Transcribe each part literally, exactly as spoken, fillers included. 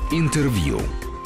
Интервью.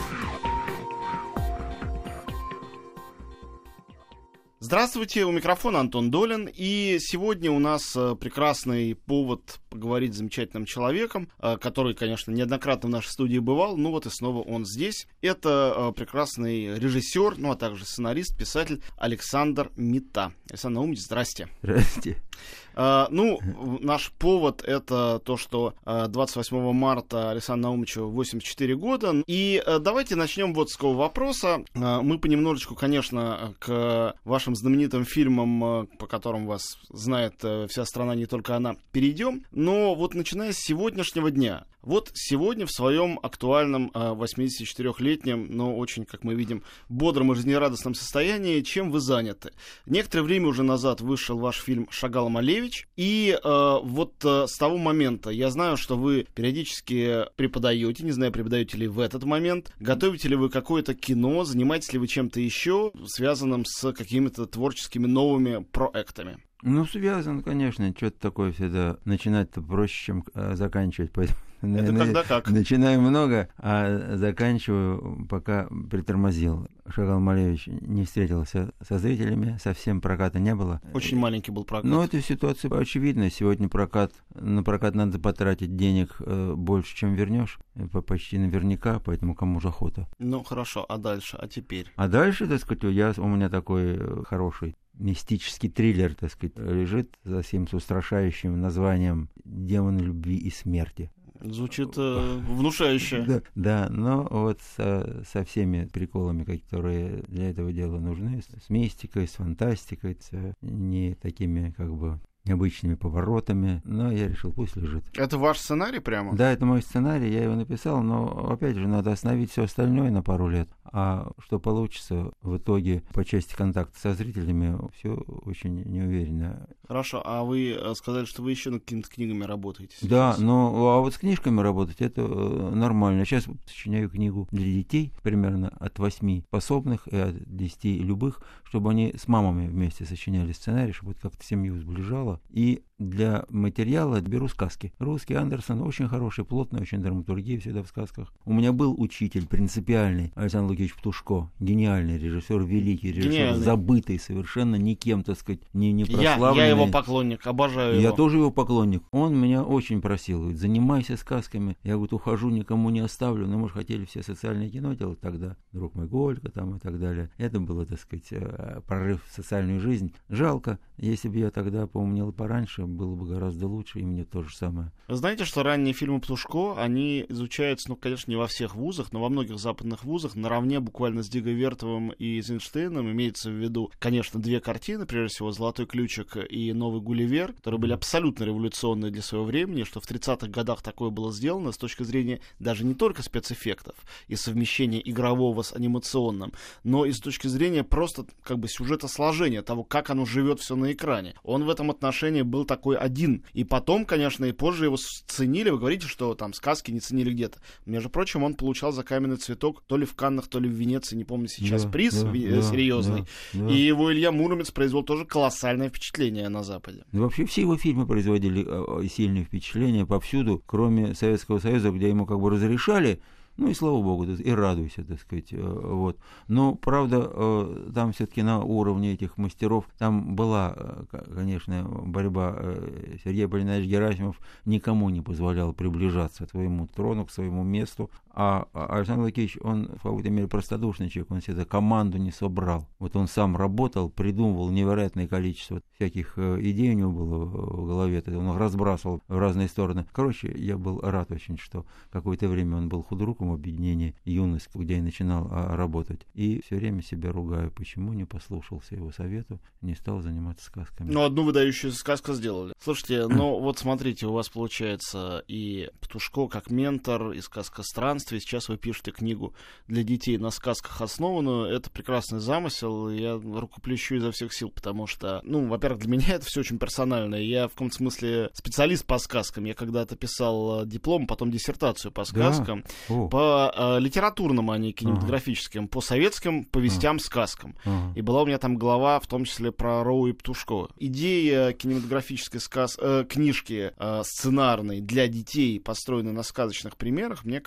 Здравствуйте, у микрофона Антон Долин, и сегодня у нас прекрасный повод поговорить с замечательным человеком, который, конечно, неоднократно в нашей студии бывал, ну вот и снова он здесь. Это прекрасный режиссер, ну а также сценарист, писатель Александр Мита. Александр Наумович, здрасте. Здрасте. Uh, ну, наш повод — это то, что uh, двадцать восьмого марта Александру Наумовичу восемьдесят четыре года. И uh, давайте начнем вот с какого вопроса. Uh, мы понемножечку, конечно, к вашим знаменитым фильмам, uh, по которым вас знает uh, вся страна, не только она, перейдем. Но вот начиная с сегодняшнего дня, вот сегодня в своем актуальном uh, восьмидесятичетырёхлетнем, но очень, как мы видим, бодром и жизнерадостном состоянии, чем вы заняты? Некоторое время уже назад вышел ваш фильм «Шагал Малевич». И э, вот э, с того момента я знаю, что вы периодически преподаете, не знаю, преподаете ли в этот момент, готовите ли вы какое-то кино, занимаетесь ли вы чем-то еще, связанным с какими-то творческими новыми проектами? Ну, связан, конечно, что-то такое всегда. Начинать-то проще, чем э, заканчивать, поэтому... Это когда как? Начинаю много, а заканчиваю, пока притормозил. Шагал Малевич не встретился со зрителями, совсем проката не было. Очень маленький был прокат. Ну, эта ситуация очевидна. Сегодня прокат, на прокат надо потратить денег э, больше, чем вернешь. Почти наверняка, поэтому кому же охота. Ну, хорошо, а дальше, а теперь? А дальше, так сказать, я, у меня такой хороший мистический триллер, так сказать, лежит за всем с устрашающим названием «Демоны любви и смерти». Звучит э, внушающе. Да, да, но вот со, со всеми приколами, которые для этого дела нужны, с мистикой, с фантастикой, с не такими, как бы, необычными поворотами, но я решил, пусть лежит. Это ваш сценарий прямо? Да, это мой сценарий, я его написал, но, опять же, надо остановить все остальное на пару лет. А что получится в итоге по части контакта со зрителями, все очень неуверенно. Хорошо, а вы сказали, что вы еще над какими-то книгами работаете сейчас? Да, но а вот с книжками работать это нормально. Сейчас сочиняю книгу для детей, примерно от восьми способных и от десяти любых, чтобы они с мамами вместе сочиняли сценарий, чтобы это как-то семью сближало. И для материала беру сказки. Русский Андерсон очень хороший, плотный, очень драматургия всегда в сказках. У меня был учитель принципиальный, Александр Лукич Птушко, гениальный режиссер, великий режиссер, гениальный. Забытый совершенно никем, так сказать, не, не прославленный. Я, я его поклонник, обожаю его. Я тоже его поклонник. Он меня очень просил, говорит, занимайся сказками. Я, говорит, ухожу, никому не оставлю. Ну, мы же хотели все социальное кино делать тогда. Друг мой Голька там и так далее. Это было, так сказать, прорыв в социальную жизнь. Жалко, если бы я тогда поумнел пораньше, было бы гораздо лучше, и мне то же самое. Вы знаете, что ранние фильмы Птушко, они изучаются, ну, конечно, не во всех вузах, но во многих западных вузах наравне буквально с Диго Вертовым и Эйзенштейном. Имеется в виду, конечно, две картины, прежде всего «Золотой ключик» и «Новый Гулливер», которые были абсолютно революционные для своего времени, что в тридцатых годах такое было сделано с точки зрения даже не только спецэффектов и совмещения игрового с анимационным, но и с точки зрения просто как бы сюжетосложения, того, как оно живет все на экране. Он в этом отношении был такой один. И потом, конечно, и позже его ценили. Вы говорите, что там сказки не ценили где-то. Между прочим, он получал за «Каменный цветок» то ли в Каннах, то ли в Венеции, не помню сейчас, да, приз да, ви- да, серьезный. Да, да. И его Илья Муромец произвел тоже колоссальное впечатление на Западе. Да, вообще все его фильмы производили э, сильные впечатления повсюду, кроме Советского Союза, где ему как бы разрешали. Ну и слава богу, и радуйся, так сказать, вот. Но, правда, там все-таки на уровне этих мастеров, там была, конечно, борьба. Сергей Полинарович Герасимов никому не позволял приближаться к своему трону, к своему месту, а Александр Лукич, он в какой-то мере простодушный человек, он себе команду не собрал. Вот он сам работал, придумывал невероятное количество всяких идей у него было в голове, он их разбрасывал в разные стороны. Короче, я был рад очень, что какое-то время он был худрук объединение «Юность», где я начинал а, работать. И все время себя ругаю, почему не послушался его совету, не стал заниматься сказками. Ну, одну выдающуюся сказку сделали. Слушайте, ну вот смотрите, у вас получается и Птушко как ментор, и сказка странствий. Сейчас вы пишете книгу для детей на сказках основанную. Это прекрасный замысел. Я рукоплещу изо всех сил, потому что, ну, во-первых, для меня это все очень персонально. Я в каком-то смысле специалист по сказкам. Я когда-то писал диплом, потом диссертацию по сказкам. Да? По э, литературным, а не кинематографическим, ага. по советским повестям, ага. сказкам. Ага. И была у меня там глава, в том числе про Роу и Птушко. Идея кинематографической сказ... э, книжки э, сценарной для детей, построенной на сказочных примерах, мне кажется совершенно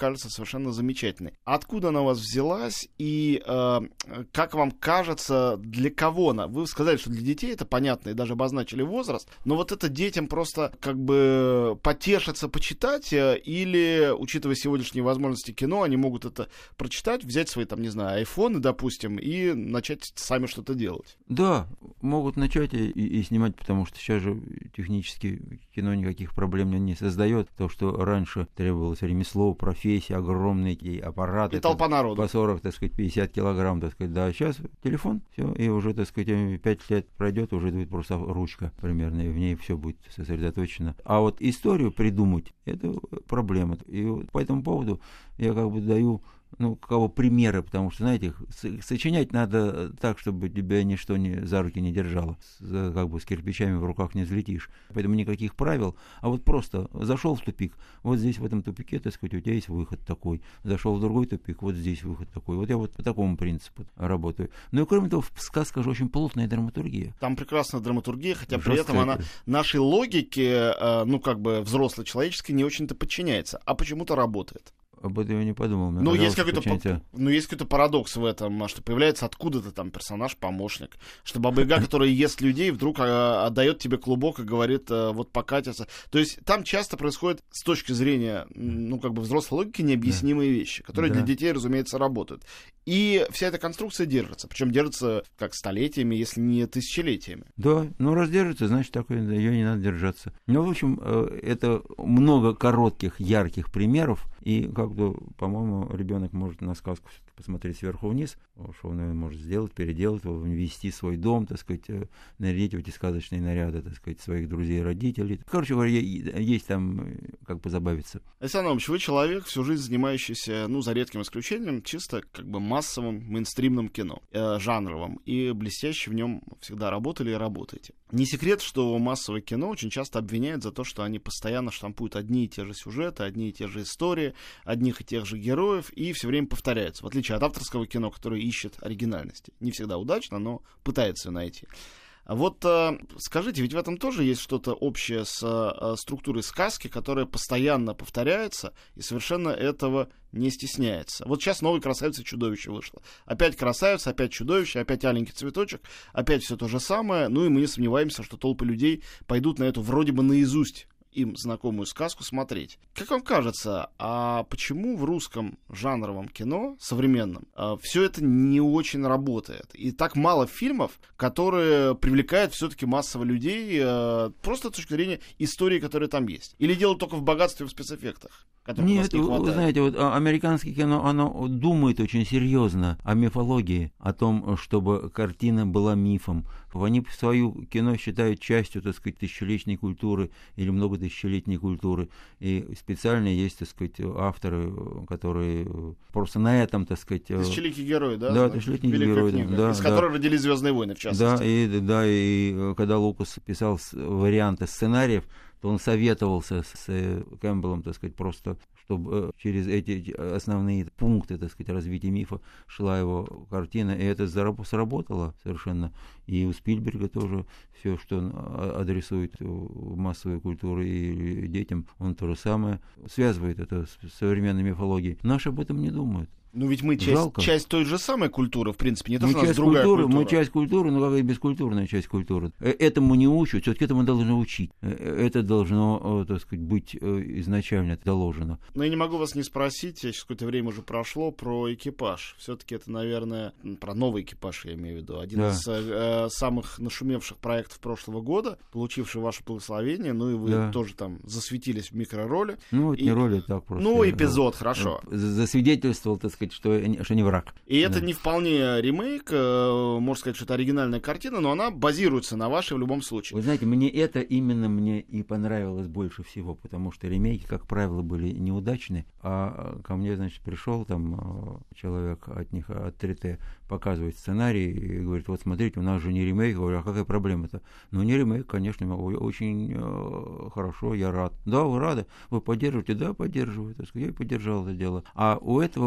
совершенно замечательной. Откуда она у вас взялась и э, как вам кажется, для кого она? Вы сказали, что для детей это понятно и даже обозначили возраст, но вот это детям просто как бы потешиться, почитать, или, учитывая сегодняшние возможности кино, они могут это прочитать, взять свои, там, не знаю, айфоны, допустим, и начать сами что-то делать? Да, могут начать и, и снимать, потому что сейчас же технически кино никаких проблем не создает. То, что раньше требовалось ремесло, профессия, огромные аппараты. И толпа народу. По сорок, так сказать, пятьдесят килограмм, так сказать, да. Сейчас телефон, все, и уже, так сказать, пять лет пройдет, уже будет просто ручка примерно, и в ней все будет сосредоточено. А вот историю придумать, это проблема. И вот по этому поводу я как бы даю, ну, кого примеры, потому что, знаете, сочинять надо так, чтобы тебя ничто не, за руки не держало, с, как бы с кирпичами в руках не взлетишь. Поэтому никаких правил, а вот просто зашел в тупик, вот здесь в этом тупике, так сказать, у тебя есть выход такой, зашел в другой тупик, вот здесь выход такой. Вот я вот по такому принципу работаю. Ну и кроме того, сказка же очень плотная драматургия. Там прекрасная драматургия, хотя при этом она нашей логике, ну как бы взрослой человеческой, не очень-то подчиняется, а почему-то работает. Об этом я не подумал. Ну есть, какой-то, по, ну, есть какой-то парадокс в этом, что появляется откуда-то там персонаж-помощник, что Баба-Яга, которая ест людей, вдруг а, отдает тебе клубок и говорит, а, вот покатится. То есть там часто происходит с точки зрения, ну, как бы взрослой логики, необъяснимые да. вещи, которые да. для детей, разумеется, работают. И вся эта конструкция держится, причем держится как столетиями, если не тысячелетиями. Да, ну раз держится, значит, такой, ее не надо держаться. Ну, в общем, это много коротких, ярких примеров, и как-то, по-моему, ребенок может на сказку посмотреть сверху вниз, что он может сделать, переделать, ввести в свой дом, так сказать, нарядить в эти сказочные наряды, так сказать, своих друзей и родителей. Короче говоря, есть там как позабавиться. Александр Иванович, вы человек, всю жизнь занимающийся, ну, за редким исключением, чисто как бы массовым, мейнстримным кино, э, жанровым, и блестяще в нем всегда работали и работаете. Не секрет, что массовое кино очень часто обвиняют за то, что они постоянно штампуют одни и те же сюжеты, одни и те же истории, одних и тех же героев, и все время повторяются, в отличие от авторского кино, которое ищет оригинальности. Не всегда удачно, но пытается ее найти. Вот э, скажите, ведь в этом тоже есть что-то общее с э, структурой сказки, которая постоянно повторяется и совершенно этого не стесняется. Вот сейчас новый «Красавица и чудовище» вышло. Опять красавица, опять чудовище, опять аленький цветочек, опять все то же самое. Ну и мы не сомневаемся, что толпы людей пойдут на эту вроде бы наизусть им знакомую сказку смотреть. Как вам кажется, а почему в русском жанровом кино, современном, все это не очень работает? И так мало фильмов, которые привлекают все-таки массово людей просто с точки зрения истории, которая там есть? Или дело только в богатстве, в спецэффектах? Нет, не вы знаете, вот американское кино, оно думает очень серьезно о мифологии, о том, чтобы картина была мифом. Они свою кино считают частью, так сказать, тысячелетней культуры или многотысячелетней культуры. И специально есть, так сказать, авторы, которые просто на этом, так сказать... Тысячеликий герой, да? Да, тысячелетний герой. Да, из да. которой родились «Звездные войны», в частности. Да, и, да, и когда Лукас писал варианты сценариев, то он советовался с Кэмпбеллом, так сказать, просто чтобы через эти основные пункты, так сказать, развития мифа шла его картина, и это сработало совершенно. И у Спилберга тоже все, что он адресует в массовую культуру и детям, он то же самое связывает это с современной мифологией. Наши об этом не думают. Ну ведь мы часть, часть той же самой культуры, в принципе, не то, мы что у нас другая культуры, культура. Мы часть культуры, но как и бескультурная часть культуры. Этому не учат, все-таки этому должны учить. Это должно, так сказать, быть изначально заложено. Но я не могу вас не спросить, сейчас какое-то время уже прошло, про «Экипаж». Все-таки это, наверное, про новый «Экипаж», я имею в виду. Один да. из э, самых нашумевших проектов прошлого года, получивший ваше благословение, ну и вы да. тоже там засветились в микророли. Ну, это и... не роли, так просто. Ну, эпизод, я, хорошо. Засвидетельствовал, так сказать, Что, что не враг. И это да. не вполне ремейк, можно сказать, что это оригинальная картина, но она базируется на вашей в любом случае. Вы знаете, мне это именно мне и понравилось больше всего, потому что ремейки, как правило, были неудачны, а ко мне, значит, пришел там человек от них, от три тэ, показывает сценарий и говорит, вот смотрите, у нас же не ремейк. Я говорю, а какая проблема-то? Ну, не ремейк, конечно, очень э, хорошо, я рад. Да, вы рады? Вы поддерживаете? Да, поддерживаю. Так сказать, я и поддержал это дело. А у этого было, знаете,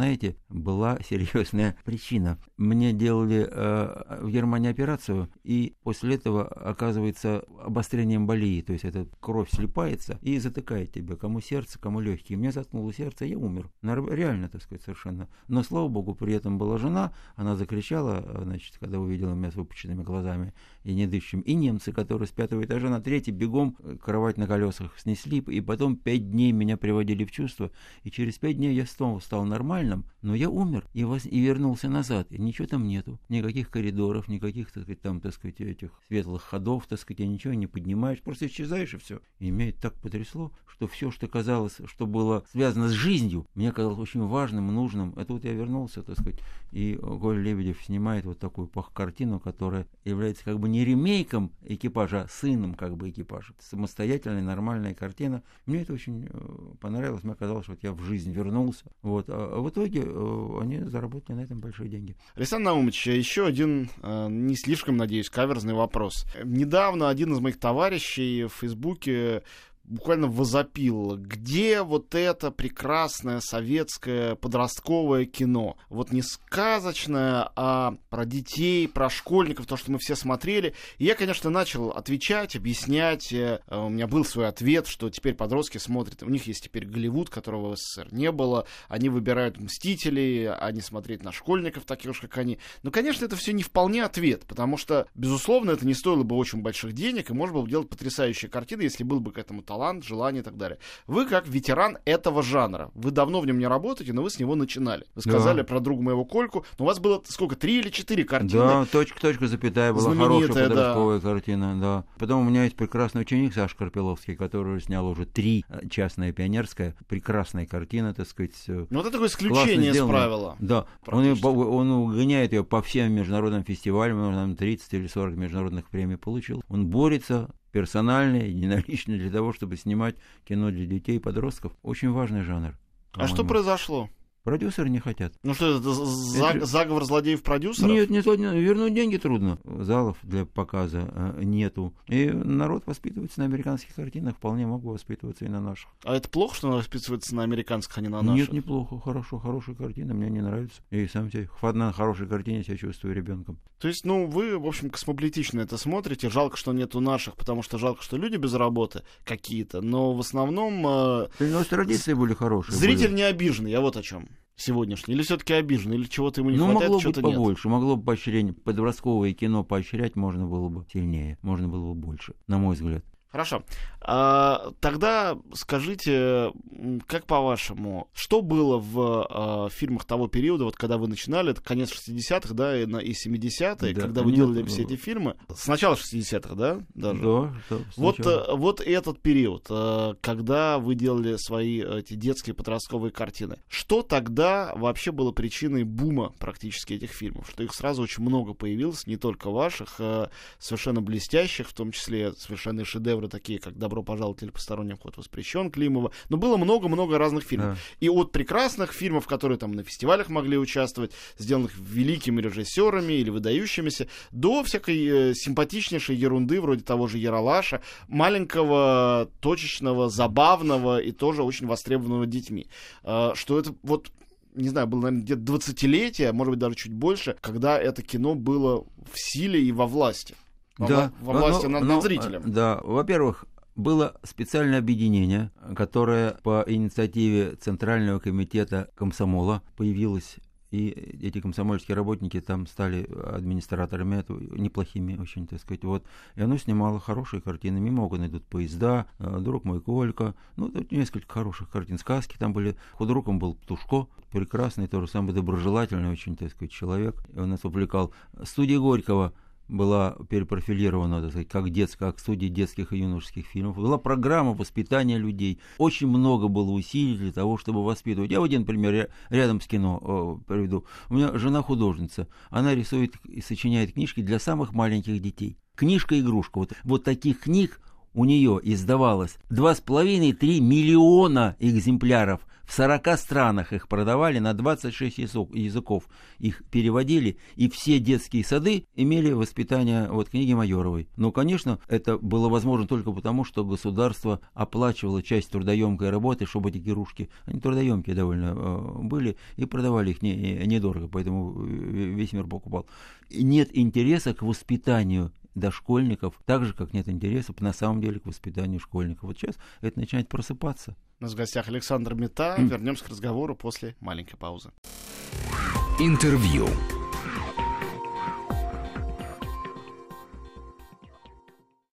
знаете, была серьезная причина. Мне делали э, в Германии операцию, и после этого оказывается обострение эмболии, то есть эта кровь слипается и затыкает тебя, кому сердце, кому легкие. Мне заткнуло сердце, я умер. Реально, так сказать, совершенно. Но, слава богу, при этом была жена, она закричала, значит, когда увидела меня с выпученными глазами и не дышащим. И немцы, которые с пятого этажа на третий бегом кровать на колесах снесли, и потом пять дней меня приводили в чувство, и через пять дней я снова стал нормальным, но я умер и, вас, и вернулся назад, и ничего там нету, никаких коридоров, никаких, так сказать, там, так сказать, этих светлых ходов, так сказать, я ничего не поднимаешь, просто исчезаешь и все. И меня это так потрясло, что все, что казалось, что было связано с жизнью, мне казалось очень важным, нужным. Это вот я вернулся, так сказать, и Коля Лебедев снимает вот такую картину, которая является как бы не ремейком экипажа, а сыном как бы экипажа. Это самостоятельная, нормальная картина. Мне это очень понравилось, мне казалось, что вот я в жизнь вернулся. Вот. А в итоге они заработали на этом большие деньги. Александр Наумович, еще один, не слишком, надеюсь, каверзный вопрос. Недавно один из моих товарищей в Фейсбуке буквально возопил, где вот это прекрасное советское подростковое кино. Вот не сказочное, а про детей, про школьников, то, что мы все смотрели. И я, конечно, начал отвечать, объяснять. У меня был свой ответ, что теперь подростки смотрят. У них есть теперь Голливуд, которого в СССР не было. Они выбирают «Мстителей», а не смотреть на школьников, таких же, как они. Но, конечно, это все не вполне ответ, потому что, безусловно, это не стоило бы очень больших денег, и можно было бы делать потрясающие картины, если был бы к этому талант, талант, желание и так далее. Вы как ветеран этого жанра. Вы давно в нем не работаете, но вы с него начинали. Вы сказали да. про друга моего Кольку, но у вас было сколько, три или четыре картины? Да, точка, точка, запятая была хорошая подростковая да. картина, да. Потом у меня есть прекрасный ученик Саша Карпиловский, который снял уже три «Частная пионерская», прекрасная картина, так сказать. Ну вот это такое исключение из правила. Да, он, он угоняет ее по всем международным фестивалям, он там тридцать или сорок международных премий получил. Он борется персонально, единолично для того, чтобы снимать кино для детей и подростков. Очень важный жанр. А что произошло? Продюсеры не хотят. Ну что, это за, заговор злодеев-продюсеров? Нет, не вернуть деньги трудно. Залов для показа нету. И народ воспитывается на американских картинах, вполне мог бы воспитываться и на наших. А это плохо, что он воспитывается на американских, а не на наших? Нет, неплохо, хорошо, хорошая картина, мне не нравится. И сам себе, на хорошей картине себя чувствую ребенком. То есть, ну, вы, в общем, космополитично это смотрите. Жалко, что нету наших, потому что жалко, что люди без работы какие-то. Но в основном... Э, ну, традиции были хорошие. Зритель были. не обиженный, я вот о чем. Сегодняшний. Или все-таки обижен, или чего-то ему не ну, хватает, могло чего-то быть нет. побольше, могло бы поощрение. Подростковое кино поощрять можно было бы сильнее, можно было бы больше, на мой взгляд. Хорошо. А, тогда скажите, как по-вашему, что было в а, фильмах того периода, вот когда вы начинали, это конец шестидесятых, да, и, и семидесятые, да, когда вы нет, делали все эти фильмы, с начала шестидесятых, да, даже? Да, да, вот, вот этот период, когда вы делали свои эти детские подростковые картины, что тогда вообще было причиной бума практически этих фильмов? Что их сразу очень много появилось, не только ваших, а совершенно блестящих, в том числе совершенно шедевры, такие как «Добро пожаловать» или «Посторонний вход воспрещен» Климова. Но было много-много разных фильмов. Да. И от прекрасных фильмов, которые там на фестивалях могли участвовать, сделанных великими режиссерами или выдающимися, до всякой э, симпатичнейшей ерунды, вроде того же «Ералаша», маленького, точечного, забавного и тоже очень востребованного детьми. Э, что это вот... не знаю, было, наверное, где-то двадцатилетие, может быть, даже чуть больше, когда это кино было в силе и во власти. Во, да, во власти но, над, но, над зрителем. Да, во-первых, было специальное объединение, которое по инициативе Центрального комитета комсомола появилось, и эти комсомольские работники там стали администраторами, это, неплохими очень, так сказать, вот. И оно снимало хорошие картины. Мимо окон идут поезда, «Друг мой Колька», ну, тут несколько хороших картин, сказки там были. Художником был Птушко, прекрасный, тоже самый доброжелательный очень, так сказать, человек. И он нас увлекал. Студия Горького была перепрофилирована, так сказать, как детская, как студия детских и юношеских фильмов. Была программа воспитания людей. Очень много было усилий для того, чтобы воспитывать. Я в один пример рядом с кино о, приведу. У меня жена художница. Она рисует и сочиняет книжки для самых маленьких детей. Книжка-игрушка. Вот, вот таких книг у нее издавалось два с половиной — три миллиона экземпляров. В сорока странах их продавали, на двадцать шесть языков их переводили, и все детские сады имели воспитание вот книги Майоровой. Но, конечно, это было возможно только потому, что государство оплачивало часть трудоемкой работы, чтобы эти игрушки, они трудоемкие довольно э, были, и продавали их не, недорого, поэтому весь мир покупал. И нет интереса к воспитанию дошкольников, так же, как нет интереса на самом деле к воспитанию школьников. Вот сейчас это начинает просыпаться. У нас в гостях Александр Мета. Mm. Вернемся к разговору после маленькой паузы. Интервью.